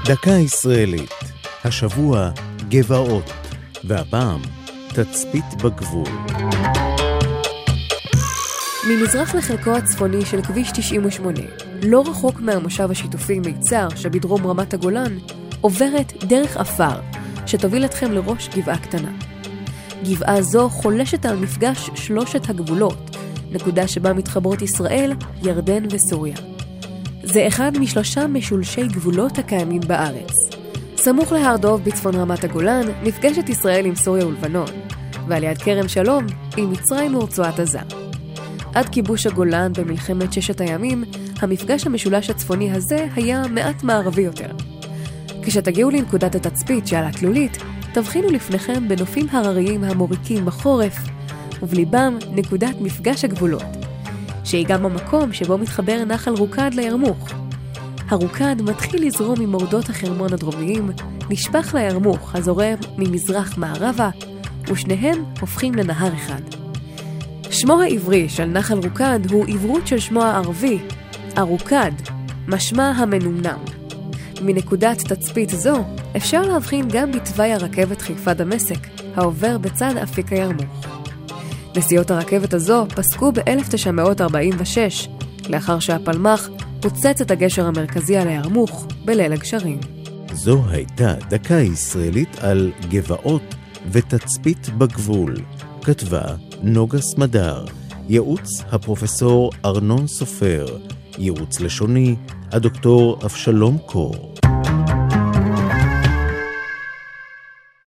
דקה ישראלית, השבוע גבעות, והפעם תצפית בגבול. ממזרח לחלקו הצפוני של כביש 98, לא רחוק מהמושב השיתופי מיצר שבדרום רמת הגולן, עוברת דרך אפר שתוביל אתכם לראש גבעה קטנה. גבעה זו חולשת על מפגש שלושת הגבולות, נקודה שבה מתחברות ישראל, ירדן וסוריה. זה אחד משלושה משולשי גבולות הקיימים בארץ. סמוך להר דוב בצפון רמת הגולן נפגשת ישראל עם סוריה ולבנון, ועל יד כרם שלום עם מצרים ורצועת עזה. עד כיבוש הגולן במלחמת ששת הימים, המפגש המשולש הצפוני הזה היה מעט מערבי יותר. כשתגיעו לנקודת התצפית שעל התלולית, תבחינו לפניכם בנופים הרריים המוריקים בחורף, ובליבם נקודת מפגש הגבולות, שהיא גם המקום שבו מתחבר נחל רוקד לירמוך. הרוקד מתחיל לזרום ממורדות החרמון הדרומיים, נשפך לירמוך הזורם ממזרח מערבה, ושניהם הופכים לנהר אחד. שמו העברי של נחל רוקד הוא עברות של שמו הערבי, הרוקד, משמע המנומנם. מנקודת תצפית זו אפשר להבחין גם בתוואי הרכבת חיפה דמשק, העובר בצד אפיק הירמוך. נסיעות הרכבת הזו פסקו ב-1946, לאחר שהפלמ"ח פוצץ את הגשר המרכזי על הירמוך בליל הגשרים. זו הייתה דקה ישראלית על גבעות ותצפית בגבול. כתבה נוגה סמדר, ייעוץ הפרופסור ארנון סופר, ייעוץ לשוני הדוקטור אבשלום קור.